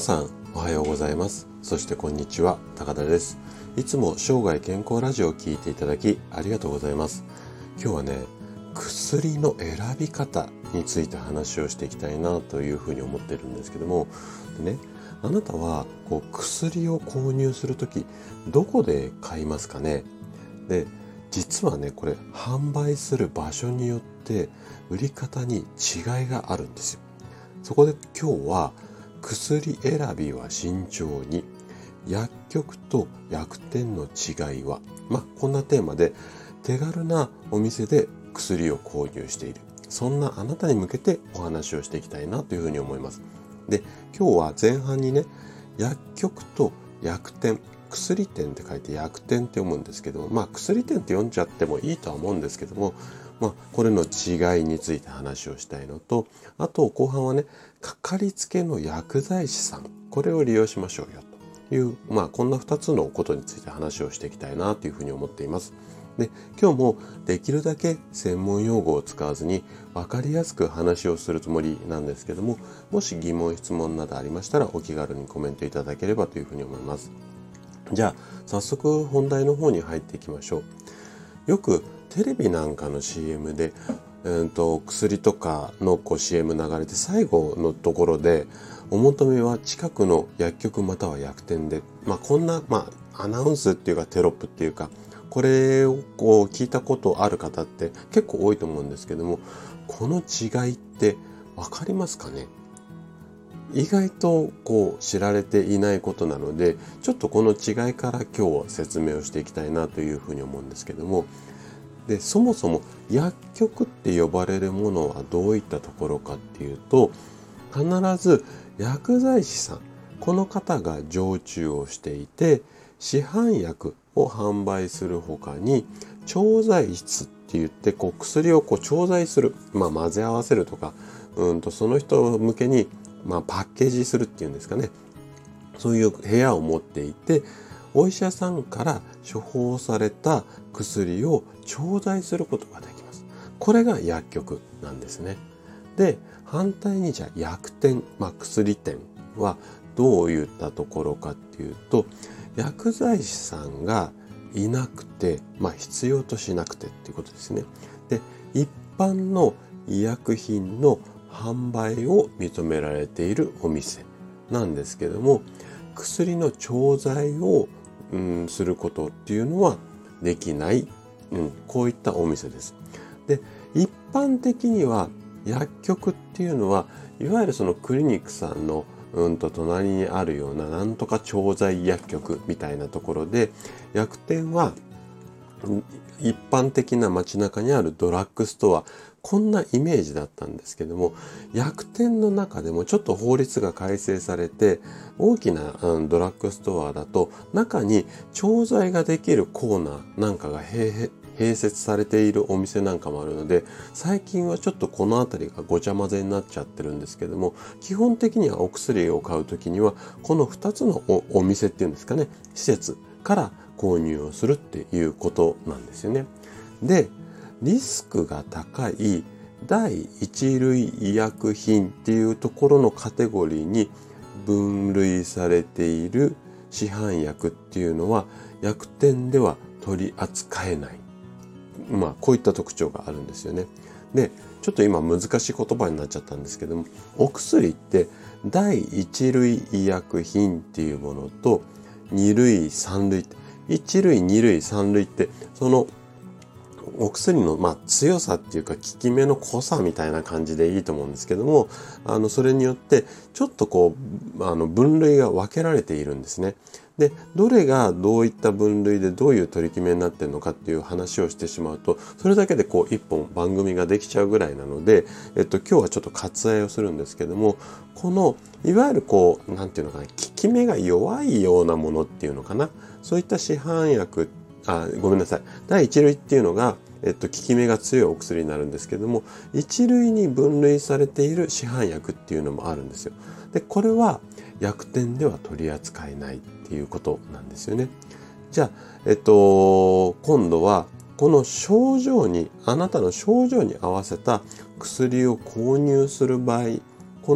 さんおはようございます。そしてこんにちは、高田です。いつも生涯健康ラジオを聞いていただきありがとうございます。今日はね、薬の選び方について話をしていきたいなというふうに思ってるんですけども、でね、あなたは薬を購入するときどこで買いますかね。で、実はね、これ販売する場所によって売り方に違いがあるんですよ。そこで今日は薬選びは慎重に、薬局と薬店の違いは、こんなテーマで手軽なお店で薬を購入している、そんなあなたに向けてお話をしていきたいなというふうに思います。で、今日は前半にね、薬局と薬店、薬店って書いて薬店って読むんですけども、薬店って読んじゃってもいいとは思うんですけども、これの違いについて話をしたいのと、あと後半はね、かかりつけの薬剤師さん、これを利用しましょうよという、こんな2つのことについて話をしていきたいなというふうに思っています。で、今日もできるだけ専門用語を使わずに分かりやすく話をするつもりなんですけども、もし疑問質問などありましたらお気軽にコメントいただければというふうに思います。じゃあ早速本題の方に入っていきましょう。よくテレビなんかの CM で、薬とかのCM 流れて最後のところでお求めは近くの薬局または薬店で、こんな、アナウンスっていうかテロップっていうか、これを聞いたことある方って結構多いと思うんですけども、この違いってわかりますかね。意外と知られていないことなので、ちょっとこの違いから今日は説明をしていきたいなというふうに思うんですけども、で、そもそも薬局って呼ばれるものはどういったところかっていうと、必ず薬剤師さん、この方が常駐をしていて、市販薬を販売するほかに調剤室って言って薬を調剤する、混ぜ合わせるとか、その人向けにパッケージするっていうんですかね、そういう部屋を持っていて、お医者さんから処方された薬を調剤することができます。これが薬局なんですね。で、反対にじゃあ薬店、薬店はどういったところかっていうと、薬剤師さんがいなくて、必要としなくてっていうことですね。で、一般の医薬品の販売を認められているお店なんですけども、薬の調剤をすることっていうのはできない、こういったお店です。で、一般的には薬局っていうのは、いわゆるそのクリニックさんの隣にあるようななんとか調剤薬局みたいなところで、薬店は一般的な街中にあるドラッグストア、こんなイメージだったんですけども、薬店の中でもちょっと法律が改正されて、大きなドラッグストアだと中に調剤ができるコーナーなんかが併設されているお店なんかもあるので、最近はちょっとこの辺りがごちゃ混ぜになっちゃってるんですけども、基本的にはお薬を買うときにはこの2つの お店っていうんですかね、施設から購入をするっていうことなんですよね。で、リスクが高い第一類医薬品っていうところのカテゴリーに分類されている市販薬っていうのは薬店では取り扱えない。こういった特徴があるんですよね。で、ちょっと今難しい言葉になっちゃったんですけども、お薬って第一類医薬品っていうものと二類三類って、一類二類三類ってそのお薬の強さっていうか効き目の濃さみたいな感じでいいと思うんですけども、それによってちょっと分類が分けられているんですね。で、どれがどういった分類でどういう取り決めになっているのかっていう話をしてしまうと、それだけで一本番組ができちゃうぐらいなので、今日はちょっと割愛をするんですけども、このいわゆるなんていうのかな、効き目が弱いようなものっていうのかな、そういった市販薬、ごめんなさい。第一類っていうのが、効き目が強いお薬になるんですけども、一類に分類されている市販薬っていうのもあるんですよ。で、これは薬店では取り扱えないっていうことなんですよね。じゃあ、今度はこの症状に、あなたの症状に合わせた薬を購入する場合、この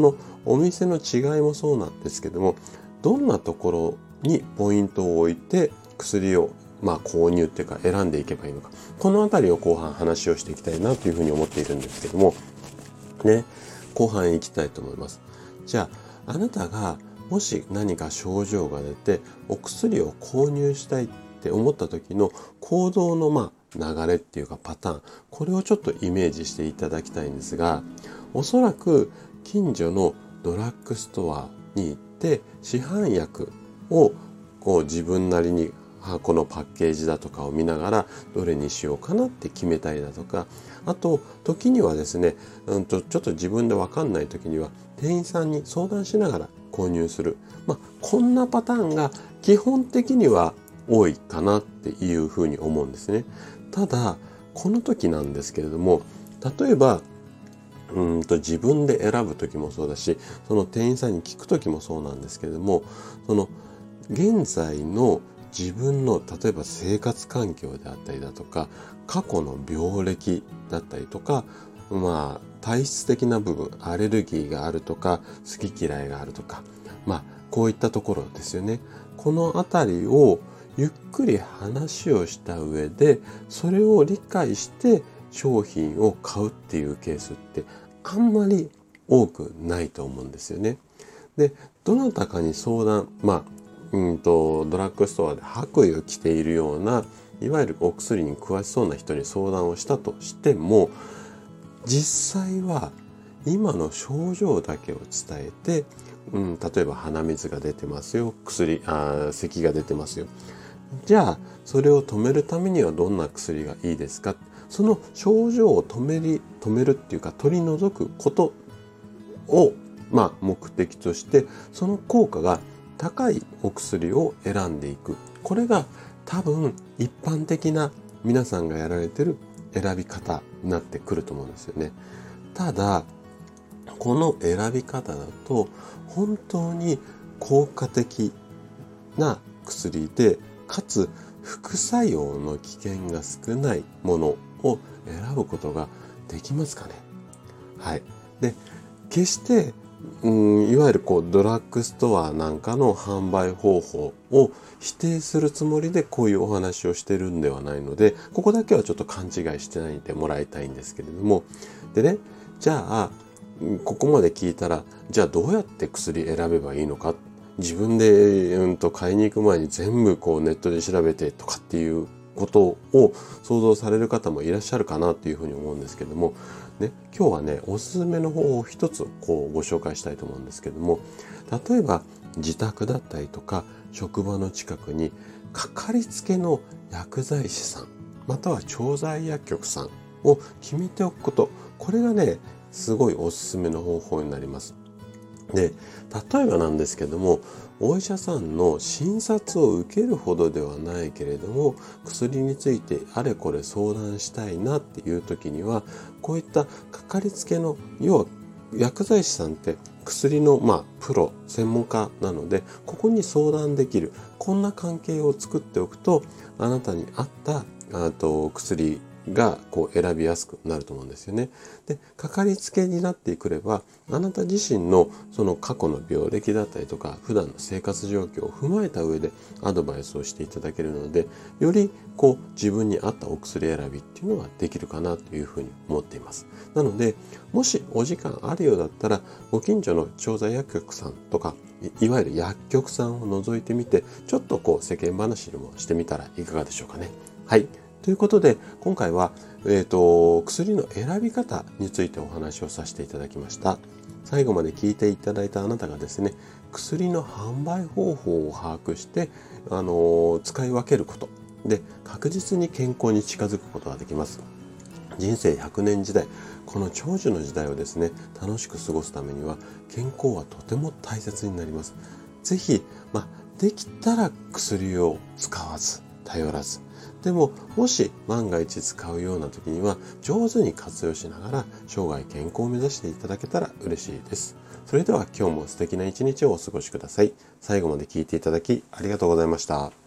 お店の違いもそうなんですけども、どんなところにポイントを置いて薬を購入っていうか選んでいけばいいのか、このあたりを後半話をしていきたいなというふうに思っているんですけどもね、後半行きたいと思います。じゃあ、あなたがもし何か症状が出てお薬を購入したいって思った時の行動の流れっていうかパターン、これをちょっとイメージしていただきたいんですが、おそらく近所のドラッグストアに行って市販薬を自分なりにこのパッケージだとかを見ながらどれにしようかなって決めたりだとか、あと時にはですね、ちょっと自分で分かんない時には店員さんに相談しながら購入する、こんなパターンが基本的には多いかなっていうふうに思うんですね。ただこの時なんですけれども、例えば自分で選ぶ時もそうだし、その店員さんに聞く時もそうなんですけれども、その現在の自分の例えば生活環境であったりだとか、過去の病歴だったりとか、体質的な部分、アレルギーがあるとか好き嫌いがあるとか、こういったところですよね。このあたりをゆっくり話をした上で、それを理解して商品を買うっていうケースってあんまり多くないと思うんですよね。で、どなたかに相談、ドラッグストアで白衣を着ているようないわゆるお薬に詳しそうな人に相談をしたとしても、実際は今の症状だけを伝えて、例えば鼻水が出てますよ、咳が出てますよ、じゃあそれを止めるためにはどんな薬がいいですか、その症状を止めるっていうか取り除くことを目的として、その効果が高いお薬を選んでいく、これが多分一般的な皆さんがやられてる選び方になってくると思うんですよね。ただこの選び方だと本当に効果的な薬で、かつ副作用の危険が少ないものを選ぶことができますかね。はい。で、決していわゆるドラッグストアなんかの販売方法を否定するつもりでこういうお話をしてるんではないので、ここだけはちょっと勘違いしてないでもらいたいんですけれども、でね、じゃあここまで聞いたら、じゃあどうやって薬選べばいいのか、自分で買いに行く前に全部ネットで調べてとかっていうことを想像される方もいらっしゃるかなというふうに思うんですけども、ね、今日はね、おすすめの方法を一つご紹介したいと思うんですけども、例えば自宅だったりとか職場の近くにかかりつけの薬剤師さんまたは調剤薬局さんを決めておくこと、これがねすごいおすすめの方法になります。で、例えばなんですけども、お医者さんの診察を受けるほどではないけれども、薬についてあれこれ相談したいなっていう時には、こういったかかりつけの、要は薬剤師さんって薬のプロ専門家なので、ここに相談できる、こんな関係を作っておくと、あなたに合った薬が選びやすくなると思うんですよね。で、かかりつけになってくれば、あなた自身のその過去の病歴だったりとか、普段の生活状況を踏まえた上でアドバイスをしていただけるので、より自分に合ったお薬選びっていうのができるかなというふうに思っています。なので、もしお時間あるようだったら、ご近所の調剤薬局さんとか、いわゆる薬局さんを覗いてみて、ちょっと世間話にもしてみたらいかがでしょうかね。はい。ということで、今回は、薬の選び方についてお話をさせていただきました。最後まで聞いていただいたあなたがですね、薬の販売方法を把握して、使い分けることで確実に健康に近づくことができます。人生100年時代、この長寿の時代をですね、楽しく過ごすためには健康はとても大切になります。ぜひ、できたら薬を使わず、頼らず、でももし万が一使うような時には上手に活用しながら生涯健康を目指していただけたら嬉しいです。それでは今日も素敵な一日をお過ごしください。最後まで聞いていただきありがとうございました。